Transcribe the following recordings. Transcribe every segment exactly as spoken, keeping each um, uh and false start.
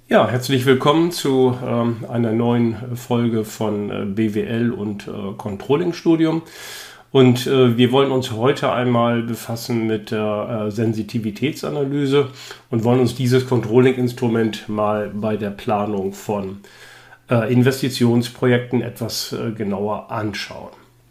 Ja, herzlich willkommen zu ähm, einer neuen Folge von äh, B W L und äh, Controlling Studium. Und äh, wir wollen uns heute einmal befassen mit der äh, Sensitivitätsanalyse und wollen uns dieses Controlling-Instrument mal bei der Planung von äh, Investitionsprojekten etwas äh, genauer anschauen.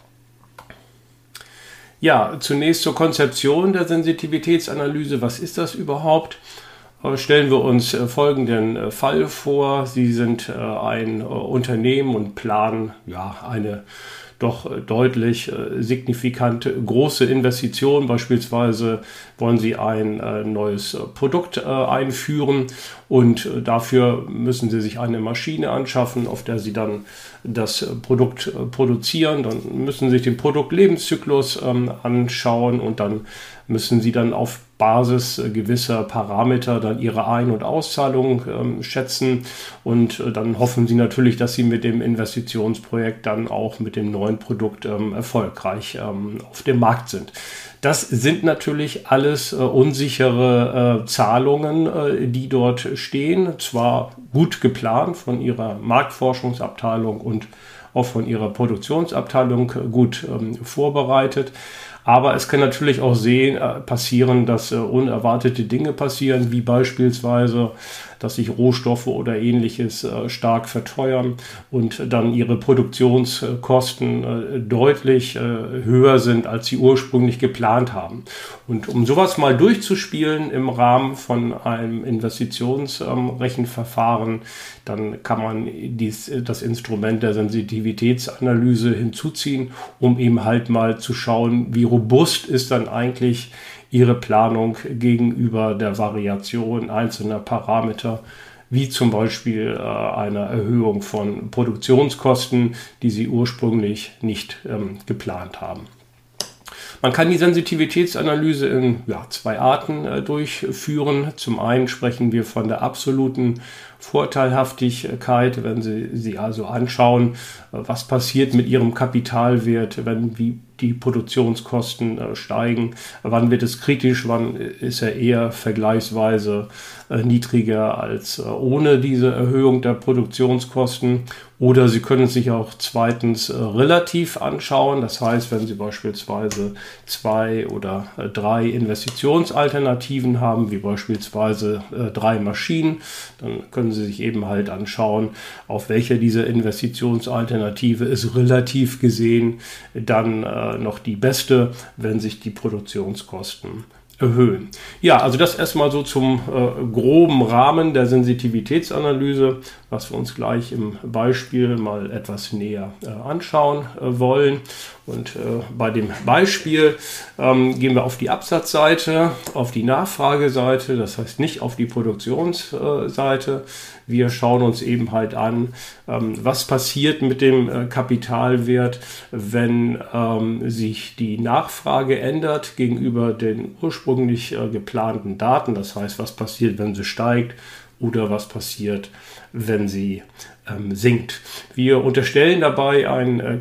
Ja, zunächst zur Konzeption der Sensitivitätsanalyse. Was ist das überhaupt? Stellen wir uns folgenden Fall vor. Sie sind ein Unternehmen und planen ja eine doch deutlich signifikante große Investition. Beispielsweise wollen Sie ein neues Produkt einführen und dafür müssen Sie sich eine Maschine anschaffen, auf der Sie dann das Produkt produzieren. Dann müssen Sie sich den Produktlebenszyklus anschauen und dann müssen Sie dann auf Basis gewisser Parameter dann Ihre Ein- und Auszahlung ähm, schätzen und äh, dann hoffen Sie natürlich, dass Sie mit dem Investitionsprojekt dann auch mit dem neuen Produkt ähm, erfolgreich ähm, auf dem Markt sind. Das sind natürlich alles äh, unsichere äh, Zahlungen, äh, die dort stehen, zwar gut geplant von Ihrer Marktforschungsabteilung und auch von Ihrer Produktionsabteilung gut ähm, vorbereitet. Aber es kann natürlich auch sehen, äh, passieren, dass äh, unerwartete Dinge passieren, wie beispielsweise, dass sich Rohstoffe oder ähnliches äh, stark verteuern und dann ihre Produktionskosten äh, deutlich äh, höher sind, als sie ursprünglich geplant haben. Und um sowas mal durchzuspielen im Rahmen von einem Investitionsrechenverfahren, ähm, dann kann man dies, das Instrument der Sensitivitätsanalyse hinzuziehen, um eben halt mal zu schauen, wie robust ist dann eigentlich Ihre Planung gegenüber der Variation einzelner Parameter, wie zum Beispiel äh, einer Erhöhung von Produktionskosten, die Sie ursprünglich nicht ähm, geplant haben. Man kann die Sensitivitätsanalyse in ja, zwei Arten äh, durchführen. Zum einen sprechen wir von der absoluten Vorteilhaftigkeit, wenn Sie sie also anschauen, äh, was passiert mit Ihrem Kapitalwert, wenn wie die Produktionskosten äh, steigen, wann wird es kritisch, wann ist er eher vergleichsweise äh, niedriger als äh, ohne diese Erhöhung der Produktionskosten. Oder Sie können es sich auch zweitens äh, relativ anschauen, das heißt, wenn Sie beispielsweise zwei oder äh, drei Investitionsalternativen haben, wie beispielsweise äh, drei Maschinen, dann können Sie sich eben halt anschauen, auf welcher dieser Investitionsalternative ist relativ gesehen dann äh, noch die beste, wenn sich die Produktionskosten erhöhen. Ja, also das erstmal so zum äh, groben Rahmen der Sensitivitätsanalyse, was wir uns gleich im Beispiel mal etwas näher äh, anschauen äh, wollen. Und äh, bei dem Beispiel ähm, gehen wir auf die Absatzseite, auf die Nachfrageseite, das heißt nicht auf die Produktionsseite. Wir schauen uns eben halt an, ähm, was passiert mit dem äh, Kapitalwert, wenn ähm, sich die Nachfrage ändert gegenüber den ursprünglich äh, geplanten Daten. Das heißt, was passiert, wenn sie steigt oder was passiert, wenn sie ähm, sinkt. Wir unterstellen dabei einen äh,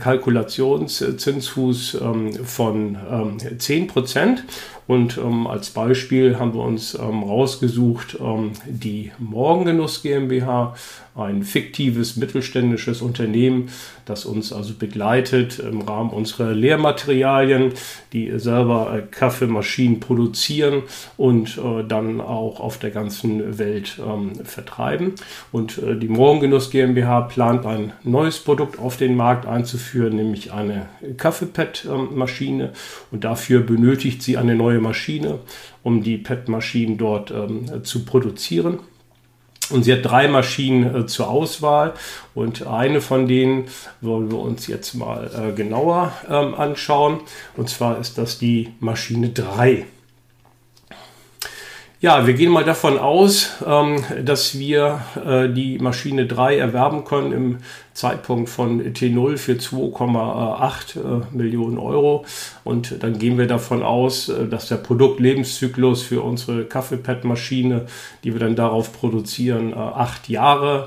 Kalkulationszinsfuß ähm, von ähm, zehn Prozent und ähm, als Beispiel haben wir uns ähm, rausgesucht ähm, die Morgengenuss GmbH, ein fiktives mittelständisches Unternehmen, das uns also begleitet im Rahmen unserer Lehrmaterialien, die selber äh, Kaffeemaschinen produzieren und äh, dann auch auf der ganzen Welt ähm, vertreiben. Und äh, die Morgengenuss GmbH plant ein neues Produkt auf den Markt einzuführen, nämlich eine Kaffee-Pad-Maschine, und dafür benötigt sie eine neue Maschine, um die P E T-Maschinen dort ähm, zu produzieren. Und sie hat drei Maschinen äh, zur Auswahl und eine von denen wollen wir uns jetzt mal äh, genauer ähm, anschauen. Und zwar ist das die Maschine drei. Ja, wir gehen mal davon aus, ähm, dass wir äh, die Maschine drei erwerben können im Zeitpunkt von T null für zwei Komma acht äh, Millionen Euro. Und dann gehen wir davon aus, äh, dass der Produktlebenszyklus für unsere Kaffee-Pad-Maschine, die wir dann darauf produzieren, äh, acht Jahre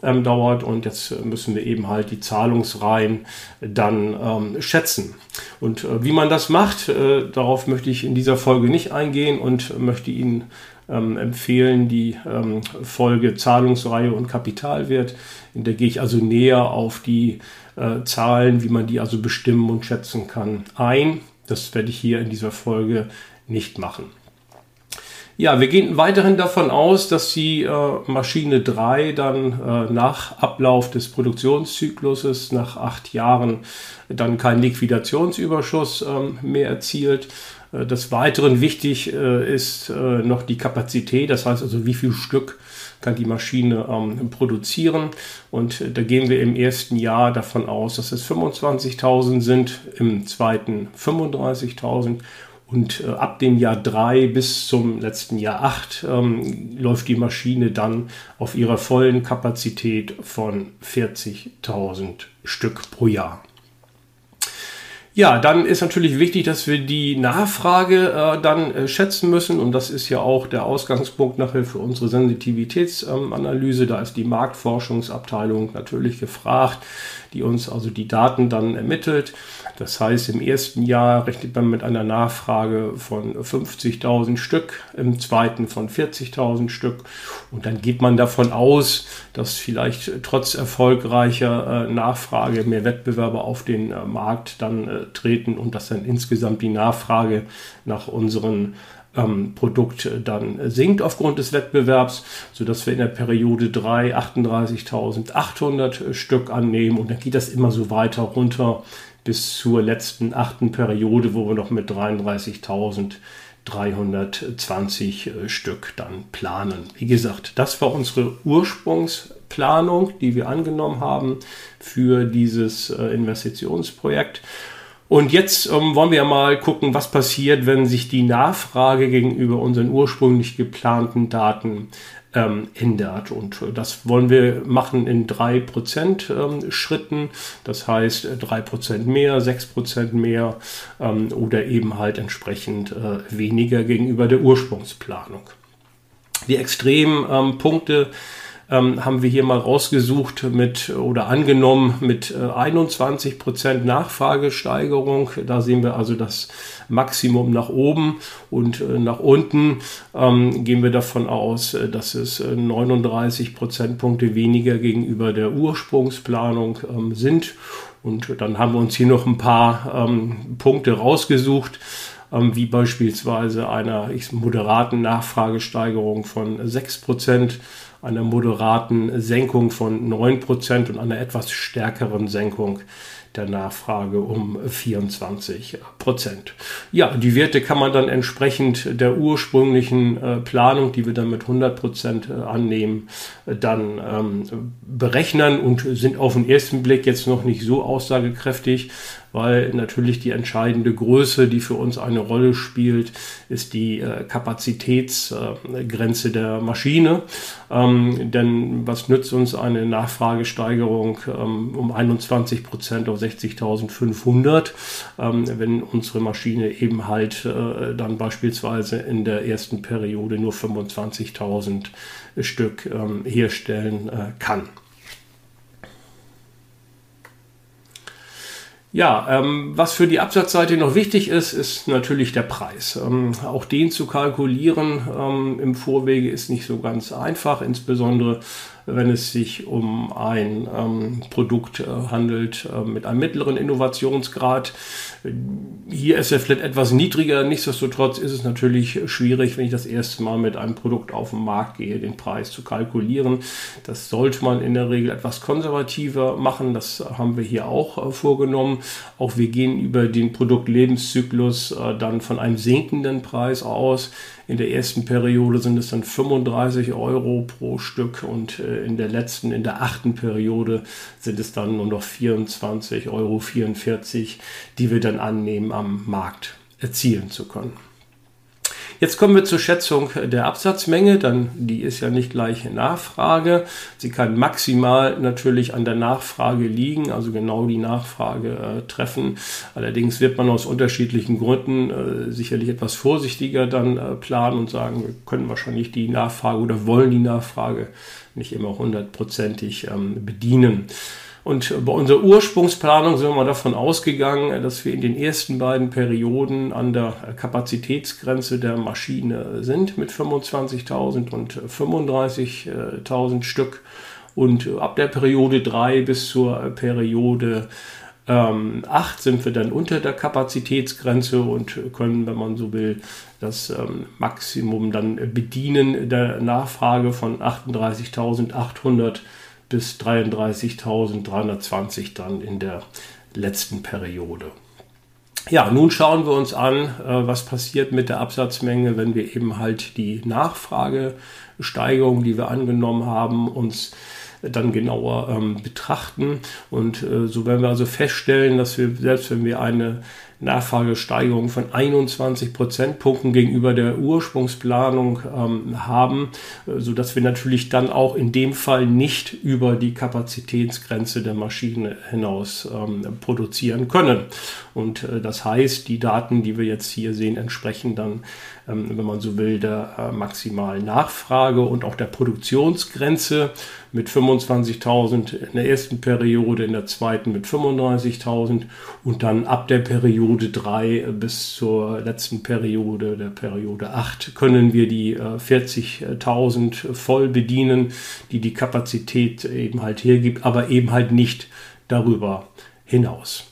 ähm, dauert. Und jetzt müssen wir eben halt die Zahlungsreihen dann ähm, schätzen. Und äh, wie man das macht, äh, darauf möchte ich in dieser Folge nicht eingehen und möchte Ihnen ähm, empfehlen, die ähm, Folge Zahlungsreihe und Kapitalwert. In der gehe ich also näher auf die äh, Zahlen, wie man die also bestimmen und schätzen kann, ein. Das werde ich hier in dieser Folge nicht machen. Ja, wir gehen weiterhin davon aus, dass die äh, Maschine drei dann äh, nach Ablauf des Produktionszykluses, nach acht Jahren, dann keinen Liquidationsüberschuss äh, mehr erzielt. Äh, des Weiteren wichtig äh, ist äh, noch die Kapazität, das heißt also, wie viel Stück kann die Maschine ähm, produzieren. Und äh, da gehen wir im ersten Jahr davon aus, dass es fünfundzwanzigtausend sind, im zweiten fünfunddreißigtausend. Und äh, ab dem Jahr drei bis zum letzten Jahr acht ähm, läuft die Maschine dann auf ihrer vollen Kapazität von vierzigtausend Stück pro Jahr. Ja, dann ist natürlich wichtig, dass wir die Nachfrage äh, dann äh, schätzen müssen. Und das ist ja auch der Ausgangspunkt nachher für unsere Sensitivitätsanalyse. Ähm, da ist die Marktforschungsabteilung natürlich gefragt, die uns also die Daten dann ermittelt. Das heißt, im ersten Jahr rechnet man mit einer Nachfrage von fünfzigtausend Stück, im zweiten von vierzigtausend Stück. Und dann geht man davon aus, dass vielleicht trotz erfolgreicher äh, Nachfrage mehr Wettbewerber auf den äh, Markt dann äh, treten und dass dann insgesamt die Nachfrage nach unseren ähm, Produkt dann sinkt aufgrund des Wettbewerbs, sodass wir in der Periode drei achtunddreißigtausendachthundert Stück annehmen und dann geht das immer so weiter runter bis zur letzten achten Periode, wo wir noch mit dreiunddreißigtausenddreihundertzwanzig Stück dann planen. Wie gesagt, das war unsere Ursprungsplanung, die wir angenommen haben für dieses äh, Investitionsprojekt. Und jetzt ähm, wollen wir ja mal gucken, was passiert, wenn sich die Nachfrage gegenüber unseren ursprünglich geplanten Daten ähm, ändert. Und das wollen wir machen in drei Prozent ähm, Schritten. Das heißt drei Prozent mehr, sechs Prozent mehr ähm, oder eben halt entsprechend äh, weniger gegenüber der Ursprungsplanung. Die extremen ähm, Punkte Ähm, haben wir hier mal rausgesucht mit oder angenommen mit äh, einundzwanzig Prozent Nachfragesteigerung. Da sehen wir also das Maximum nach oben und äh, nach unten ähm, gehen wir davon aus, äh, dass es äh, neununddreißig Prozentpunkte weniger gegenüber der Ursprungsplanung ähm, sind. Und dann haben wir uns hier noch ein paar ähm, Punkte rausgesucht, ähm, wie beispielsweise einer moderaten Nachfragesteigerung von sechs Prozent, einer moderaten Senkung von neun Prozent und einer etwas stärkeren Senkung der Nachfrage um vierundzwanzig Prozent. Ja, die Werte kann man dann entsprechend der ursprünglichen äh, Planung, die wir dann mit hundert Prozent äh, annehmen, äh, dann ähm, berechnen und sind auf den ersten Blick jetzt noch nicht so aussagekräftig, weil natürlich die entscheidende Größe, die für uns eine Rolle spielt, ist die äh, Kapazitätsgrenze äh, der Maschine. Ähm, denn was nützt uns eine Nachfragesteigerung ähm, um einundzwanzig Prozent auf sechzigtausendfünfhundert, ähm, wenn unsere Maschine eben halt äh, dann beispielsweise in der ersten Periode nur fünfundzwanzigtausend Stück ähm, herstellen äh, kann. Ja, ähm, was für die Absatzseite noch wichtig ist, ist natürlich der Preis. Ähm, auch den zu kalkulieren ähm, im Vorwege ist nicht so ganz einfach, insbesondere wenn es sich um ein ähm, Produkt äh, handelt äh, mit einem mittleren Innovationsgrad. Hier ist er vielleicht etwas niedriger, nichtsdestotrotz ist es natürlich schwierig, wenn ich das erste Mal mit einem Produkt auf den Markt gehe, den Preis zu kalkulieren. Das sollte man in der Regel etwas konservativer machen, das haben wir hier auch äh, vorgenommen. Auch wir gehen über den Produktlebenszyklus äh, dann von einem sinkenden Preis aus. In der ersten Periode sind es dann fünfunddreißig Euro pro Stück und äh, in der letzten, in der achten Periode sind es dann nur noch vierundzwanzig Euro vierundvierzig, die wir dann annehmen, am Markt erzielen zu können. Jetzt kommen wir zur Schätzung der Absatzmenge, dann die ist ja nicht gleich Nachfrage. Sie kann maximal natürlich an der Nachfrage liegen, also genau die Nachfrage äh, treffen. Allerdings wird man aus unterschiedlichen Gründen äh, sicherlich etwas vorsichtiger dann äh, planen und sagen, wir können wahrscheinlich die Nachfrage oder wollen die Nachfrage nicht immer hundertprozentig ähm, bedienen. Und bei unserer Ursprungsplanung sind wir mal davon ausgegangen, dass wir in den ersten beiden Perioden an der Kapazitätsgrenze der Maschine sind mit fünfundzwanzigtausend und fünfunddreißigtausend Stück. Und ab der Periode drei bis zur Periode ähm, acht sind wir dann unter der Kapazitätsgrenze und können, wenn man so will, das ähm, Maximum dann bedienen der Nachfrage von achtunddreißigtausendachthundert bis dreiunddreißigtausenddreihundertzwanzig dann in der letzten Periode. Ja, nun schauen wir uns an, was passiert mit der Absatzmenge, wenn wir eben halt die Nachfragesteigerung, die wir angenommen haben, uns dann genauer ähm, betrachten. Und äh, so werden wir also feststellen, dass wir, selbst wenn wir eine Nachfragesteigerung von einundzwanzig Prozentpunkten gegenüber der Ursprungsplanung ähm, haben, äh, sodass wir natürlich dann auch in dem Fall nicht über die Kapazitätsgrenze der Maschine hinaus ähm, produzieren können. Und äh, das heißt, die Daten, die wir jetzt hier sehen, entsprechen dann, ähm, wenn man so will, der äh, maximalen Nachfrage und auch der Produktionsgrenze mit fünfundzwanzigtausend in der ersten Periode, in der zweiten mit fünfunddreißigtausend und dann ab der Periode drei bis zur letzten Periode, der Periode acht, können wir die äh, vierzigtausend voll bedienen, die die Kapazität eben halt hergibt, aber eben halt nicht darüber hinaus.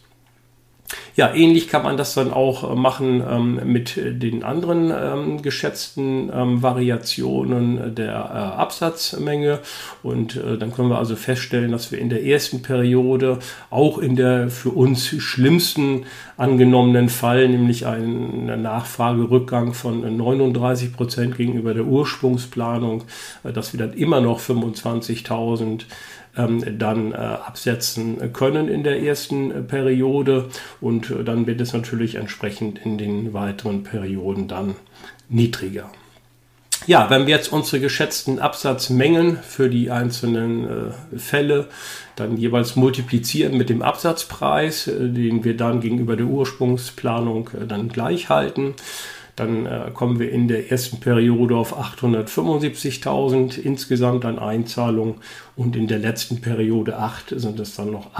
Ja, ähnlich kann man das dann auch machen ähm, mit den anderen ähm, geschätzten ähm, Variationen der äh, Absatzmenge. Und äh, dann können wir also feststellen, dass wir in der ersten Periode auch in der für uns schlimmsten angenommenen Fall, nämlich einen Nachfragerückgang von neununddreißig Prozent gegenüber der Ursprungsplanung, äh, dass wir dann immer noch fünfundzwanzigtausend dann äh, absetzen können in der ersten äh, Periode und äh, dann wird es natürlich entsprechend in den weiteren Perioden dann niedriger. Ja, wenn wir jetzt unsere geschätzten Absatzmengen für die einzelnen äh, Fälle dann jeweils multiplizieren mit dem Absatzpreis, äh, den wir dann gegenüber der Ursprungsplanung äh, dann gleich halten, dann äh, kommen wir in der ersten Periode auf achthundertfünfundsiebzigtausend insgesamt an Einzahlungen und in der letzten Periode acht sind es dann noch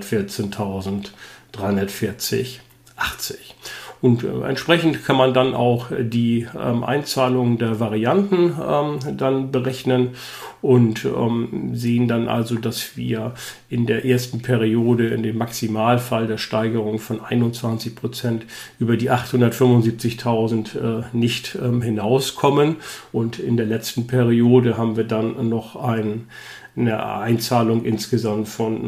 achthundertvierzehntausenddreihundertvierzig Komma achtzig. Und äh, entsprechend kann man dann auch die ähm, Einzahlungen der Varianten ähm, dann berechnen und ähm, sehen dann also, dass wir in der ersten Periode in dem Maximalfall der Steigerung von einundzwanzig Prozent über die achthundertfünfundsiebzigtausend äh, nicht ähm, hinauskommen. Und in der letzten Periode haben wir dann noch ein eine Einzahlung insgesamt von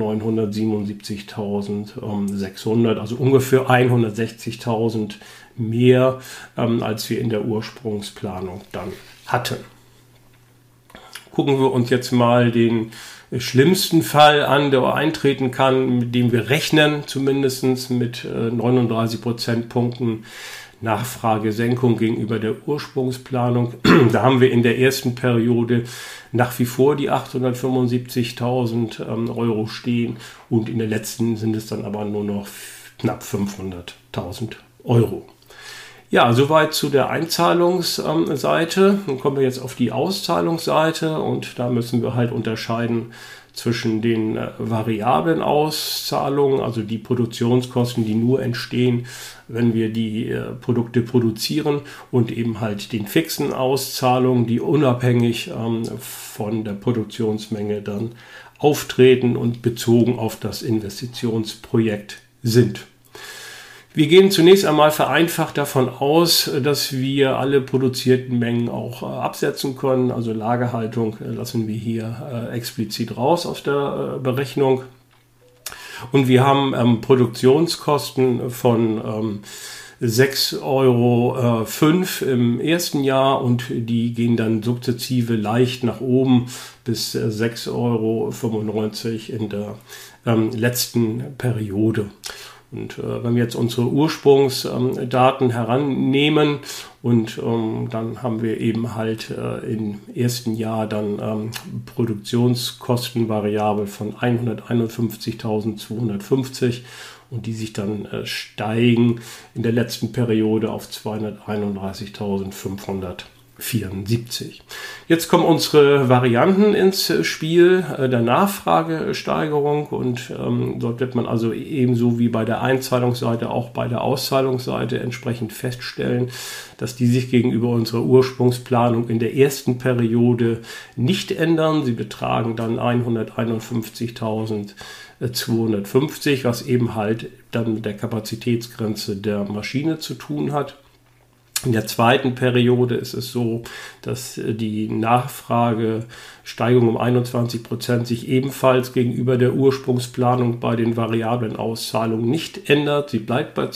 neunhundertsiebenundsiebzigtausendsechshundert, also ungefähr hundertsechzigtausend mehr, ähm, als wir in der Ursprungsplanung dann hatten. Gucken wir uns jetzt mal den schlimmsten Fall an, der eintreten kann, mit dem wir rechnen, zumindest mit äh, neununddreißig Prozentpunkten Nachfragesenkung gegenüber der Ursprungsplanung. Da haben wir in der ersten Periode nach wie vor die achthundertfünfundsiebzigtausend ähm, Euro stehen und in der letzten sind es dann aber nur noch knapp fünfhunderttausend Euro. Ja, soweit zu der Einzahlungsseite. Dann kommen wir jetzt auf die Auszahlungsseite und da müssen wir halt unterscheiden zwischen den äh, variablen Auszahlungen, also die Produktionskosten, die nur entstehen, wenn wir die äh, Produkte produzieren, und eben halt den fixen Auszahlungen, die unabhängig ähm, von der Produktionsmenge dann auftreten und bezogen auf das Investitionsprojekt sind. Wir gehen zunächst einmal vereinfacht davon aus, dass wir alle produzierten Mengen auch äh, absetzen können. Also Lagerhaltung äh, lassen wir hier äh, explizit raus aus der äh, Berechnung. Und wir haben ähm, Produktionskosten von ähm, sechs Euro fünf im ersten Jahr und die gehen dann sukzessive leicht nach oben bis äh, sechs Euro fünfundneunzig in der ähm, letzten Periode. Und äh, wenn wir jetzt unsere Ursprungsdaten ähm, herannehmen Und ähm, dann haben wir eben halt äh, im ersten Jahr dann ähm, Produktionskostenvariabel von hunderteinundfünfzigtausendzweihundertfünfzig und die sich dann äh, steigen in der letzten Periode auf zweihunderteinunddreißigtausendfünfhundertvierundsiebzig. Jetzt kommen unsere Varianten ins Spiel äh, der Nachfragesteigerung und ähm, dort wird man also ebenso wie bei der Einzahlungsseite auch bei der Auszahlungsseite entsprechend feststellen, dass die sich gegenüber unserer Ursprungsplanung in der ersten Periode nicht ändern. Sie betragen dann hunderteinundfünfzigtausendzweihundertfünfzig, was eben halt dann mit der Kapazitätsgrenze der Maschine zu tun hat. In der zweiten Periode ist es so, dass die Nachfragesteigerung um einundzwanzig Prozent sich ebenfalls gegenüber der Ursprungsplanung bei den variablen Auszahlungen nicht ändert. Sie bleibt bei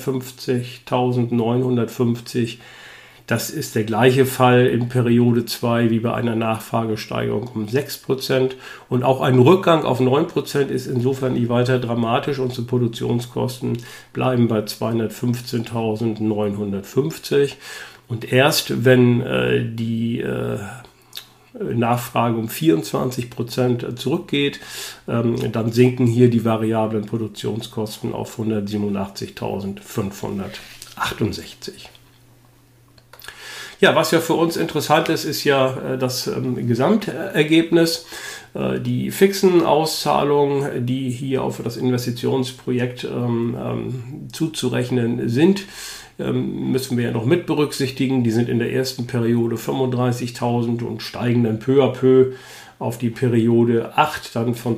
zweihundertfünfzigtausendneunhundertfünfzig. Das ist der gleiche Fall in Periode zwei wie bei einer Nachfragesteigerung um sechs Prozent. Und auch ein Rückgang auf neun Prozent ist insofern nicht weiter dramatisch. Unsere Produktionskosten bleiben bei zweihundertfünfzehntausendneunhundertfünfzig. Und erst wenn äh, die äh, Nachfrage um vierundzwanzig Prozent zurückgeht, ähm, dann sinken hier die variablen Produktionskosten auf hundertsiebenundachtzigtausendfünfhundertachtundsechzig. Ja, was ja für uns interessant ist, ist ja äh, das ähm, Gesamtergebnis. Äh, die fixen Auszahlungen, die hier auf das Investitionsprojekt ähm, ähm, zuzurechnen sind, ähm, müssen wir ja noch mit berücksichtigen. Die sind in der ersten Periode fünfunddreißigtausend und steigen dann peu à peu auf die Periode acht, dann von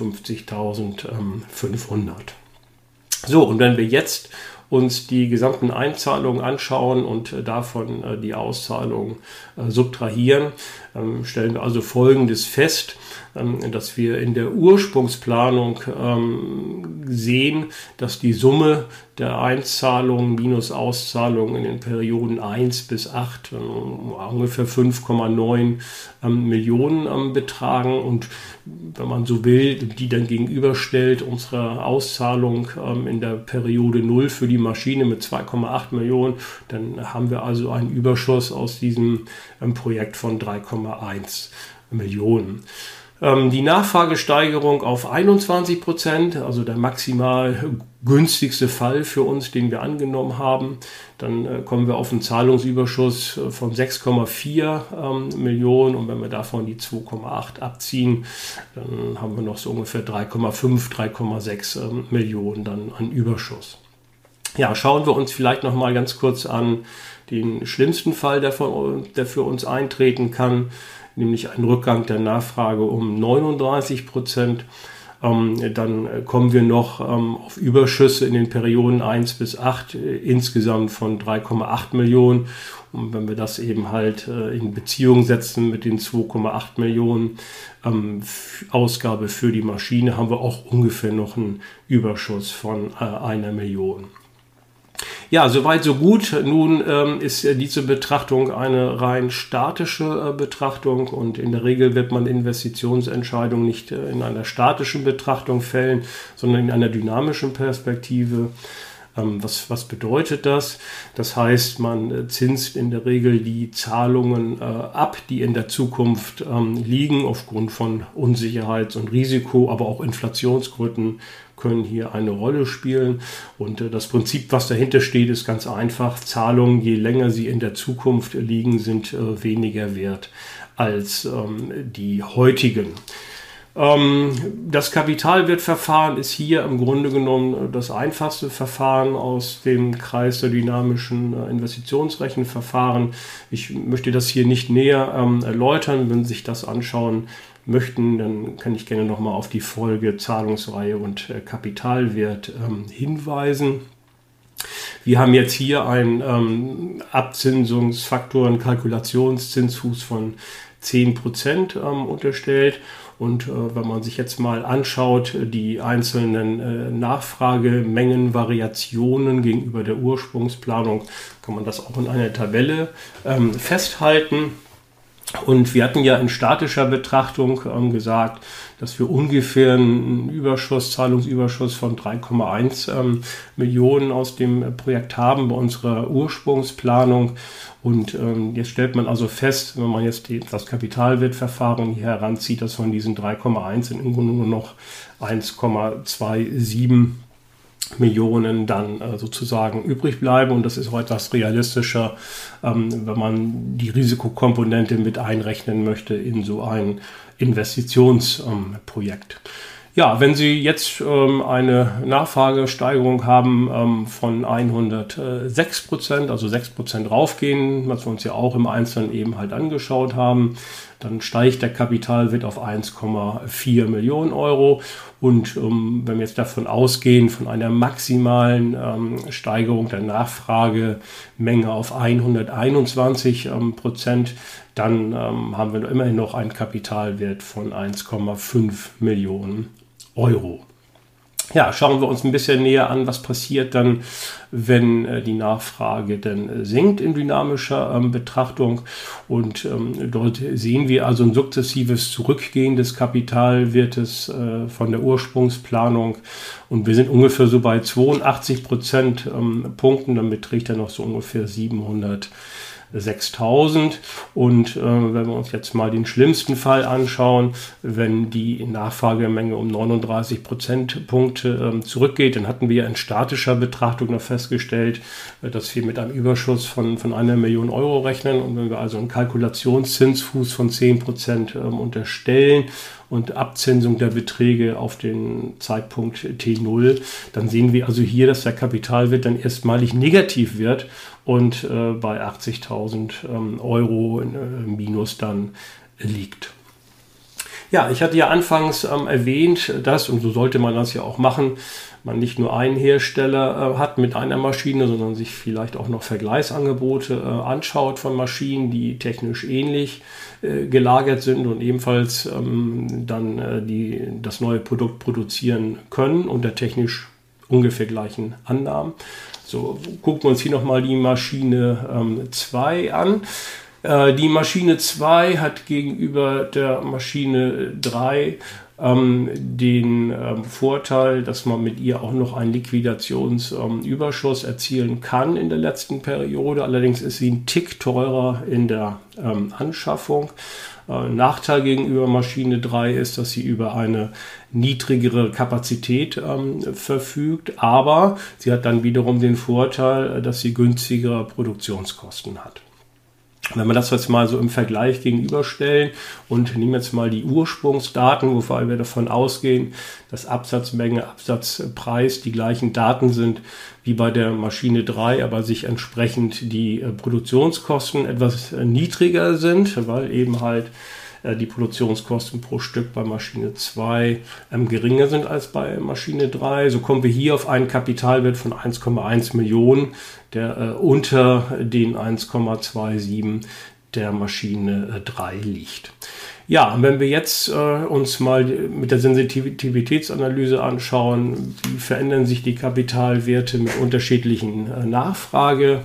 zweiundfünfzigtausendfünfhundert. So, und wenn wir jetzt uns die gesamten Einzahlungen anschauen und äh, davon äh, die Auszahlungen äh, subtrahieren, ähm, stellen wir also Folgendes fest, ähm, dass wir in der Ursprungsplanung ähm, sehen, dass die Summe der Einzahlungen minus Auszahlungen in den Perioden eins bis acht äh, ungefähr fünf Komma neun ähm, Millionen ähm, betragen und wenn man so will, die dann gegenüberstellt unsere Auszahlung ähm, in der Periode null für die Maschine mit zwei Komma acht Millionen, dann haben wir also einen Überschuss aus diesem ähm, Projekt von drei Komma eins Millionen. Ähm, die Nachfragesteigerung auf einundzwanzig Prozent, also der maximal günstigste Fall für uns, den wir angenommen haben, dann äh, kommen wir auf einen Zahlungsüberschuss von sechs Komma vier ähm, Millionen und wenn wir davon die zwei Komma acht abziehen, dann haben wir noch so ungefähr drei Komma fünf, drei Komma sechs ähm, Millionen dann an Überschuss. Ja, schauen wir uns vielleicht noch mal ganz kurz an den schlimmsten Fall, der, von, der für uns eintreten kann, nämlich ein Rückgang der Nachfrage um neununddreißig Prozent. Ähm, dann kommen wir noch ähm, auf Überschüsse in den Perioden eins bis acht, äh, insgesamt von drei Komma acht Millionen. Und wenn wir das eben halt äh, in Beziehung setzen mit den zwei Komma acht Millionen ähm, Ausgabe für die Maschine, haben wir auch ungefähr noch einen Überschuss von äh, einer Million. Ja, soweit so gut. Nun ähm, ist äh, diese Betrachtung eine rein statische äh, Betrachtung und in der Regel wird man Investitionsentscheidungen nicht äh, in einer statischen Betrachtung fällen, sondern in einer dynamischen Perspektive. Ähm, was, was bedeutet das? Das heißt, man äh, zinst in der Regel die Zahlungen äh, ab, die in der Zukunft ähm, liegen, aufgrund von Unsicherheits- und Risiko, aber auch Inflationsgründen können hier eine Rolle spielen. Und äh, das Prinzip, was dahinter steht, ist ganz einfach. Zahlungen, je länger sie in der Zukunft liegen, sind äh, weniger wert als ähm, die heutigen. Ähm, das Kapitalwertverfahren ist hier im Grunde genommen das einfachste Verfahren aus dem Kreis der dynamischen äh, Investitionsrechenverfahren. Ich möchte das hier nicht näher ähm, erläutern. Wenn Sie sich das anschauen möchten, dann kann ich gerne nochmal auf die Folge Zahlungsreihe und äh, Kapitalwert ähm, hinweisen. Wir haben jetzt hier einen ähm, Abzinsungsfaktor, einen Kalkulationszinsfuß von zehn Prozent ähm, unterstellt. Und äh, wenn man sich jetzt mal anschaut, die einzelnen äh, Nachfragemengenvariationen gegenüber der Ursprungsplanung, kann man das auch in einer Tabelle ähm, festhalten. Und wir hatten ja in statischer Betrachtung ähm, gesagt, dass wir ungefähr einen Überschuss, Zahlungsüberschuss von drei Komma eins ähm, Millionen aus dem Projekt haben bei unserer Ursprungsplanung. Und ähm, jetzt stellt man also fest, wenn man jetzt die, das Kapitalwertverfahren hier heranzieht, dass von diesen drei Komma eins sind im Grunde nur noch eins Komma siebenundzwanzig Millionen dann äh, sozusagen übrig bleiben, und das ist auch etwas realistischer, ähm, wenn man die Risikokomponente mit einrechnen möchte in so ein Investitionsprojekt. Ähm, ja, wenn Sie jetzt ähm, eine Nachfragesteigerung haben ähm, von hundertsechs Prozent, also sechs Prozent raufgehen, was wir uns ja auch im Einzelnen eben halt angeschaut haben, dann steigt der Kapitalwert auf eins Komma vier Millionen Euro. Und ähm, wenn wir jetzt davon ausgehen, von einer maximalen ähm, Steigerung der Nachfragemenge auf hunderteinundzwanzig ähm, Prozent, dann ähm, haben wir immerhin noch einen Kapitalwert von eins Komma fünf Millionen Euro. Ja, schauen wir uns ein bisschen näher an, was passiert dann, wenn äh, die Nachfrage dann äh, sinkt in dynamischer ähm, Betrachtung. Und ähm, dort sehen wir also ein sukzessives Zurückgehen des Kapitalwertes äh, von der Ursprungsplanung. Und wir sind ungefähr so bei zweiundachtzig Prozent ähm, Punkten. Dann beträgt er noch so ungefähr siebenhundertsechstausend. Und äh, wenn wir uns jetzt mal den schlimmsten Fall anschauen, wenn die Nachfragemenge um neununddreißig Prozentpunkte äh, zurückgeht, dann hatten wir ja in statischer Betrachtung noch festgestellt, äh, dass wir mit einem Überschuss von, von einer Million Euro rechnen. Und wenn wir also einen Kalkulationszinsfuß von zehn Prozent äh, unterstellen und Abzinsung der Beträge auf den Zeitpunkt T null, dann sehen wir also hier, dass der Kapitalwert dann erstmalig negativ wird und äh, bei achtzigtausend ähm, Euro äh, minus dann äh, liegt. Ja, ich hatte ja anfangs ähm, erwähnt, dass, und so sollte man das ja auch machen, man nicht nur einen Hersteller äh, hat mit einer Maschine, sondern sich vielleicht auch noch Vergleichsangebote äh, anschaut von Maschinen, die technisch ähnlich äh, gelagert sind und ebenfalls ähm, dann äh, die, das neue Produkt produzieren können unter technisch ungefähr gleichen Annahmen. So, gucken wir uns hier nochmal die Maschine zwei ähm, an. Äh, die Maschine zwei hat gegenüber der Maschine drei ähm, den ähm, Vorteil, dass man mit ihr auch noch einen Liquidationsüberschuss ähm, erzielen kann in der letzten Periode. Allerdings ist sie ein Tick teurer in der ähm, Anschaffung. Äh, Nachteil gegenüber Maschine drei ist, dass sie über eine niedrigere Kapazität ähm, verfügt, aber sie hat dann wiederum den Vorteil, dass sie günstigere Produktionskosten hat. Wenn wir das jetzt mal so im Vergleich gegenüberstellen und nehmen jetzt mal die Ursprungsdaten, wovon wir davon ausgehen, dass Absatzmenge, Absatzpreis die gleichen Daten sind wie bei der Maschine drei, aber sich entsprechend die äh, Produktionskosten etwas äh, niedriger sind, weil eben halt äh, die Produktionskosten pro Stück bei Maschine zwei ähm, geringer sind als bei Maschine drei. So kommen wir hier auf einen Kapitalwert von eins Komma eins Millionen, der äh, unter den eins Komma siebenundzwanzig der Maschine äh, drei liegt. Ja, und wenn wir jetzt äh, uns mal mit der Sensitivitätsanalyse anschauen, wie verändern sich die Kapitalwerte mit unterschiedlichen äh, Nachfragemengen,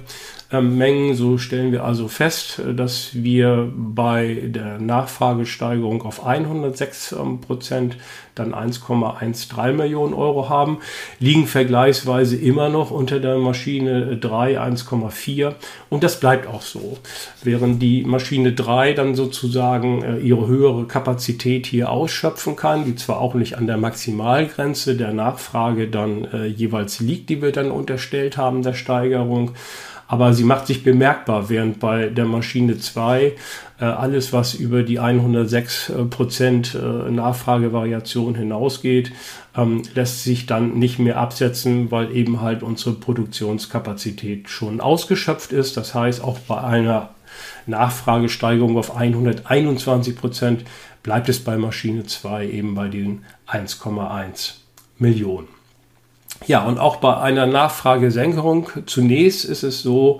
so stellen wir also fest, dass wir bei der Nachfragesteigerung auf hundertsechs Prozent dann eins Komma dreizehn Millionen Euro haben, liegen vergleichsweise immer noch unter der Maschine drei eins Komma vier, und das bleibt auch so. Während die Maschine drei dann sozusagen äh, ihre höhere Kapazität hier ausschöpfen kann, die zwar auch nicht an der Maximalgrenze der Nachfrage dann äh, jeweils liegt, die wir dann unterstellt haben der Steigerung, aber sie macht sich bemerkbar, während bei der Maschine zwei äh, alles, was über die hundertsechs Prozent äh, Nachfragevariation hinausgeht, ähm, lässt sich dann nicht mehr absetzen, weil eben halt unsere Produktionskapazität schon ausgeschöpft ist. Das heißt, auch bei einer Nachfragesteigerung auf hunderteinundzwanzig Prozent bleibt es bei Maschine zwei eben bei den eins Komma eins Millionen. Ja, und auch bei einer Nachfragesenkung zunächst ist es so,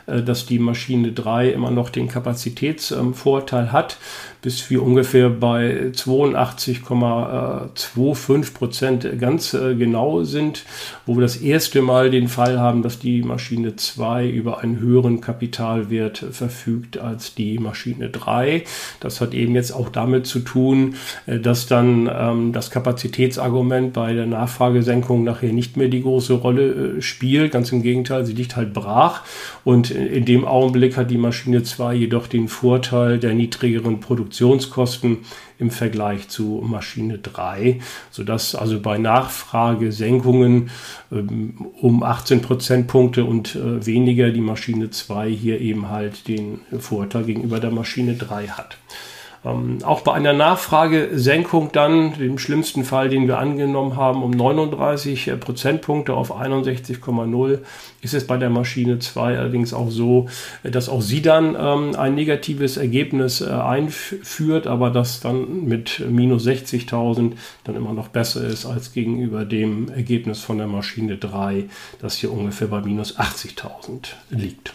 äh, dass die Maschine drei immer noch den Kapazitätsvorteil ähm, hat, bis wir ungefähr bei zweiundachtzig Komma fünfundzwanzig Prozent ganz äh, genau sind, wo wir das erste Mal den Fall haben, dass die Maschine zwei über einen höheren Kapitalwert verfügt als die Maschine drei. Das hat eben jetzt auch damit zu tun, äh, dass dann ähm, das Kapazitätsargument bei der Nachfragesenkung nachher nicht mehr die große Rolle äh, spielt. Ganz im Gegenteil, sie liegt halt brach. Und in, in dem Augenblick hat die Maschine zwei jedoch den Vorteil der niedrigeren Produktionskosten im Vergleich zu Maschine drei, sodass also bei Nachfragesenkungen ähm, um achtzehn Prozentpunkte und äh, weniger die Maschine zwei hier eben halt den Vorteil gegenüber der Maschine drei hat. Ähm, auch bei einer Nachfragesenkung dann, dem schlimmsten Fall, den wir angenommen haben, um neununddreißig Prozentpunkte auf einundsechzig Komma null, ist es bei der Maschine zwei allerdings auch so, dass auch sie dann ähm, ein negatives Ergebnis äh, einführt, aber das dann mit minus sechzigtausend dann immer noch besser ist als gegenüber dem Ergebnis von der Maschine drei, das hier ungefähr bei minus achtzigtausend liegt.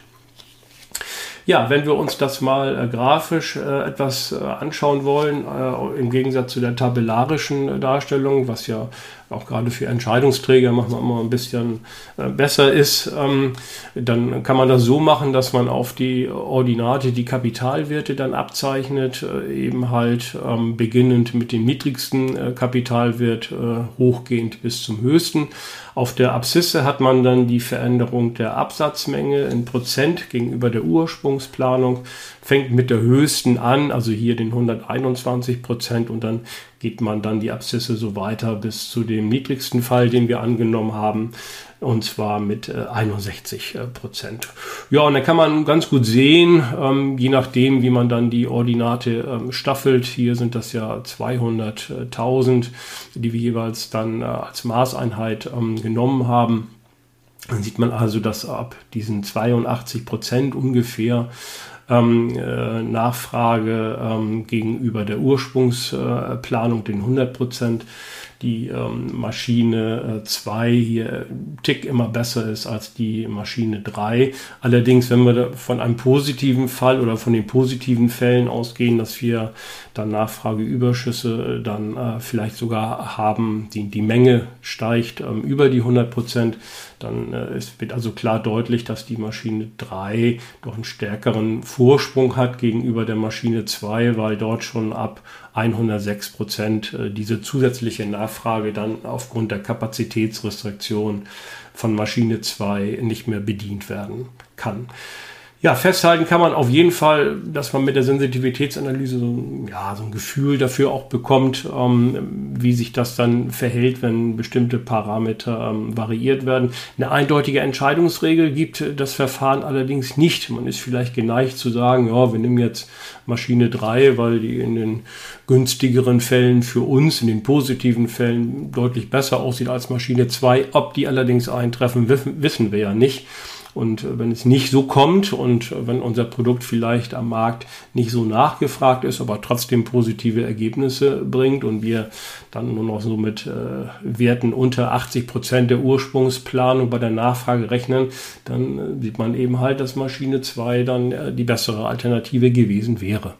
Ja, wenn wir uns das mal äh, grafisch äh, etwas äh, anschauen wollen, äh, im Gegensatz zu der tabellarischen äh, Darstellung, was ja auch gerade für Entscheidungsträger manchmal immer ein bisschen äh, besser ist, ähm, dann kann man das so machen, dass man auf die Ordinate die Kapitalwerte dann abzeichnet, äh, eben halt ähm, beginnend mit dem niedrigsten äh, Kapitalwert, äh, hochgehend bis zum höchsten. Auf der Abszisse hat man dann die Veränderung der Absatzmenge in Prozent gegenüber der Ursprungsplanung, fängt mit der höchsten an, also hier den hunderteinundzwanzig Prozent, und dann geht man dann die Abszisse so weiter bis zu dem niedrigsten Fall, den wir angenommen haben, und zwar mit äh, einundsechzig Prozent. Ja, und dann kann man ganz gut sehen, ähm, je nachdem, wie man dann die Ordinate ähm, staffelt, hier sind das ja zweihunderttausend, die wir jeweils dann äh, als Maßeinheit ähm, genommen haben. Dann sieht man also, dass ab diesen zweiundachtzig Prozent ungefähr Ähm, äh, Nachfrage ähm, gegenüber der Ursprungsplanung, äh, den hundert Prozent, die ähm, Maschine zwei äh, hier Tick immer besser ist als die Maschine drei. Allerdings, wenn wir von einem positiven Fall oder von den positiven Fällen ausgehen, dass wir dann Nachfrageüberschüsse äh, dann äh, vielleicht sogar haben, die, die Menge steigt ähm, über die hundert Prozent, dann äh, es wird also klar deutlich, dass die Maschine drei doch einen stärkeren Vorsprung hat gegenüber der Maschine zwei, weil dort schon ab hundertsechs Prozent äh, diese zusätzliche Nachfrage dann aufgrund der Kapazitätsrestriktion von Maschine zwei nicht mehr bedient werden kann. Ja, festhalten kann man auf jeden Fall, dass man mit der Sensitivitätsanalyse so, ja, so ein Gefühl dafür auch bekommt, ähm, wie sich das dann verhält, wenn bestimmte Parameter ähm, variiert werden. Eine eindeutige Entscheidungsregel gibt das Verfahren allerdings nicht. Man ist vielleicht geneigt zu sagen, ja, wir nehmen jetzt Maschine drei, weil die in den günstigeren Fällen für uns, in den positiven Fällen deutlich besser aussieht als Maschine zwei. Ob die allerdings eintreffen, wissen wir ja nicht. Und wenn es nicht so kommt und wenn unser Produkt vielleicht am Markt nicht so nachgefragt ist, aber trotzdem positive Ergebnisse bringt und wir dann nur noch so mit äh, Werten unter achtzig Prozent der Ursprungsplanung bei der Nachfrage rechnen, dann äh, sieht man eben halt, dass Maschine zwei dann äh, die bessere Alternative gewesen wäre.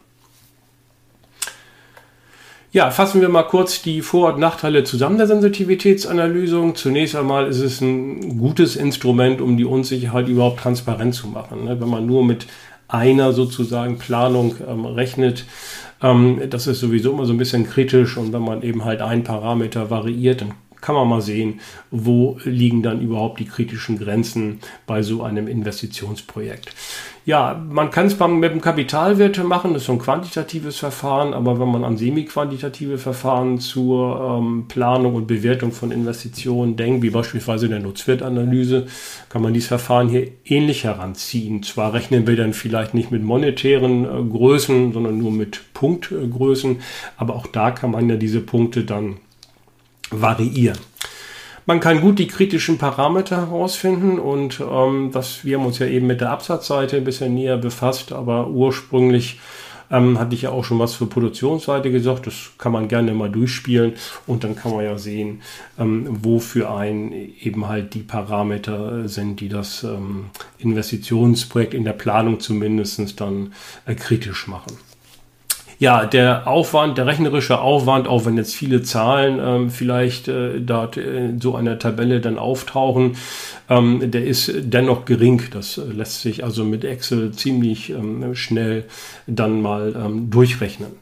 Ja, fassen wir mal kurz die Vor- und Nachteile zusammen der Sensitivitätsanalyse. Zunächst einmal ist es ein gutes Instrument, um die Unsicherheit überhaupt transparent zu machen. Wenn man nur mit einer sozusagen Planung ähm, rechnet, ähm, das ist sowieso immer so ein bisschen kritisch, und wenn man eben halt einen Parameter variiert, dann kann man mal sehen, wo liegen dann überhaupt die kritischen Grenzen bei so einem Investitionsprojekt. Ja, man kann es mit dem Kapitalwert machen, das ist so ein quantitatives Verfahren, aber wenn man an semi-quantitative Verfahren zur ähm, Planung und Bewertung von Investitionen denkt, wie beispielsweise der Nutzwertanalyse, kann man dieses Verfahren hier ähnlich heranziehen. Zwar rechnen wir dann vielleicht nicht mit monetären äh, Größen, sondern nur mit Punktgrößen, aber auch da kann man ja diese Punkte dann variieren. Man kann gut die kritischen Parameter herausfinden, und ähm, das, wir haben uns ja eben mit der Absatzseite ein bisschen näher befasst, aber ursprünglich Ähm, hatte ich ja auch schon was für Produktionsseite gesagt. Das kann man gerne mal durchspielen und dann kann man ja sehen, ähm, wo für einen eben halt die Parameter sind, die das ähm, Investitionsprojekt in der Planung zumindest dann äh, kritisch machen. Ja, der Aufwand, der rechnerische Aufwand, auch wenn jetzt viele Zahlen ähm, vielleicht äh, dort in so einer Tabelle dann auftauchen, ähm, der ist dennoch gering. Das äh, lässt sich also mit Excel ziemlich ähm, schnell dann mal ähm, durchrechnen.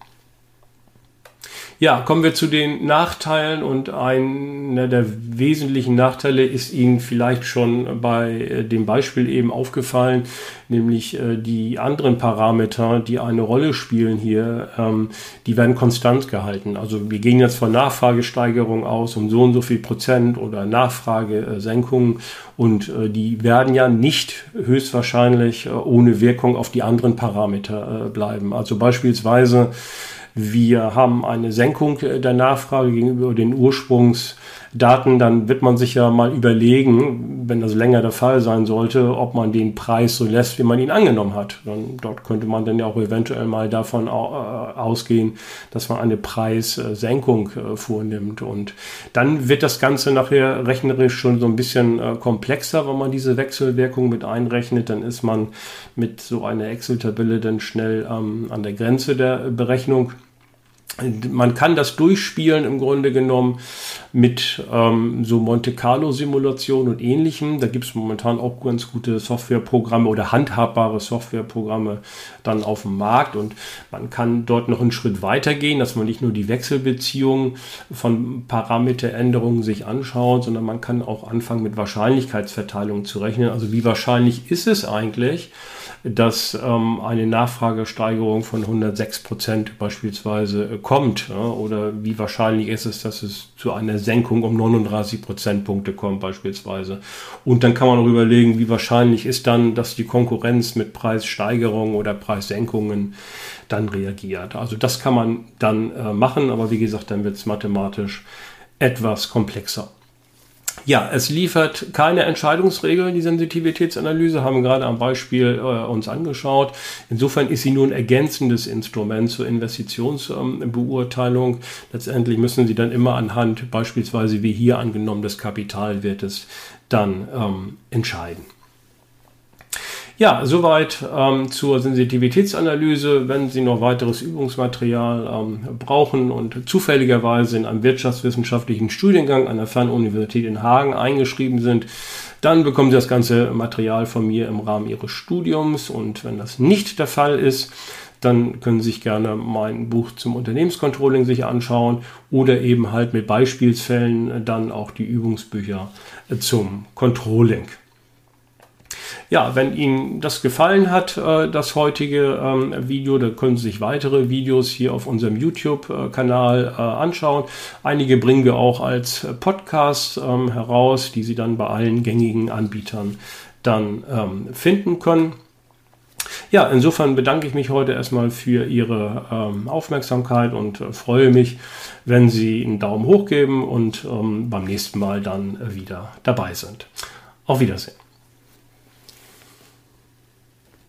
Ja, kommen wir zu den Nachteilen und einer der wesentlichen Nachteile ist Ihnen vielleicht schon bei dem Beispiel eben aufgefallen, nämlich die anderen Parameter, die eine Rolle spielen hier, die werden konstant gehalten. Also wir gehen jetzt von Nachfragesteigerung aus um so und so viel Prozent oder Nachfragesenkungen und die werden ja nicht höchstwahrscheinlich ohne Wirkung auf die anderen Parameter bleiben. Also beispielsweise wir haben eine Senkung der Nachfrage gegenüber den Ursprungsdaten, dann wird man sich ja mal überlegen, wenn das länger der Fall sein sollte, ob man den Preis so lässt, wie man ihn angenommen hat. Dann, dort könnte man dann ja auch eventuell mal davon ausgehen, dass man eine Preissenkung vornimmt. Und dann wird das Ganze nachher rechnerisch schon so ein bisschen komplexer, wenn man diese Wechselwirkung mit einrechnet. Dann ist man mit so einer Excel-Tabelle dann schnell ähm, an der Grenze der Berechnung. Man kann das durchspielen im Grunde genommen mit ähm, so Monte-Carlo-Simulationen und Ähnlichem. Da gibt es momentan auch ganz gute Softwareprogramme oder handhabbare Softwareprogramme dann auf dem Markt. Und man kann dort noch einen Schritt weiter gehen, dass man nicht nur die Wechselbeziehungen von Parameteränderungen sich anschaut, sondern man kann auch anfangen mit Wahrscheinlichkeitsverteilung zu rechnen. Also wie wahrscheinlich ist es eigentlich, dass ähm, eine Nachfragesteigerung von hundertsechs Prozent beispielsweise äh, kommt, ja? Oder wie wahrscheinlich ist es, dass es zu einer Senkung um neununddreißig Prozentpunkte kommt beispielsweise. Und dann kann man auch überlegen, wie wahrscheinlich ist dann, dass die Konkurrenz mit Preissteigerungen oder Preissenkungen dann reagiert. Also das kann man dann äh, machen, aber wie gesagt, dann wird es mathematisch etwas komplexer. Ja, es liefert keine Entscheidungsregeln, die Sensitivitätsanalyse, haben wir gerade am Beispiel äh, uns angeschaut. Insofern ist sie nur ein ergänzendes Instrument zur Investitionsbeurteilung. Ähm, Letztendlich müssen Sie dann immer anhand beispielsweise wie hier angenommen des Kapitalwertes dann ähm, entscheiden. Ja, soweit ähm, zur Sensitivitätsanalyse. Wenn Sie noch weiteres Übungsmaterial ähm, brauchen und zufälligerweise in einem wirtschaftswissenschaftlichen Studiengang an der Fernuniversität in Hagen eingeschrieben sind, dann bekommen Sie das ganze Material von mir im Rahmen Ihres Studiums. Und wenn das nicht der Fall ist, dann können Sie sich gerne mein Buch zum Unternehmenscontrolling sich anschauen oder eben halt mit Beispielsfällen dann auch die Übungsbücher zum Controlling. Ja, wenn Ihnen das gefallen hat, äh, das heutige ähm, Video, dann können Sie sich weitere Videos hier auf unserem YouTube-Kanal äh, anschauen. Einige bringen wir auch als Podcast ähm, heraus, die Sie dann bei allen gängigen Anbietern dann ähm, finden können. Ja, insofern bedanke ich mich heute erstmal für Ihre ähm, Aufmerksamkeit und äh, freue mich, wenn Sie einen Daumen hoch geben und ähm, beim nächsten Mal dann äh, wieder dabei sind. Auf Wiedersehen.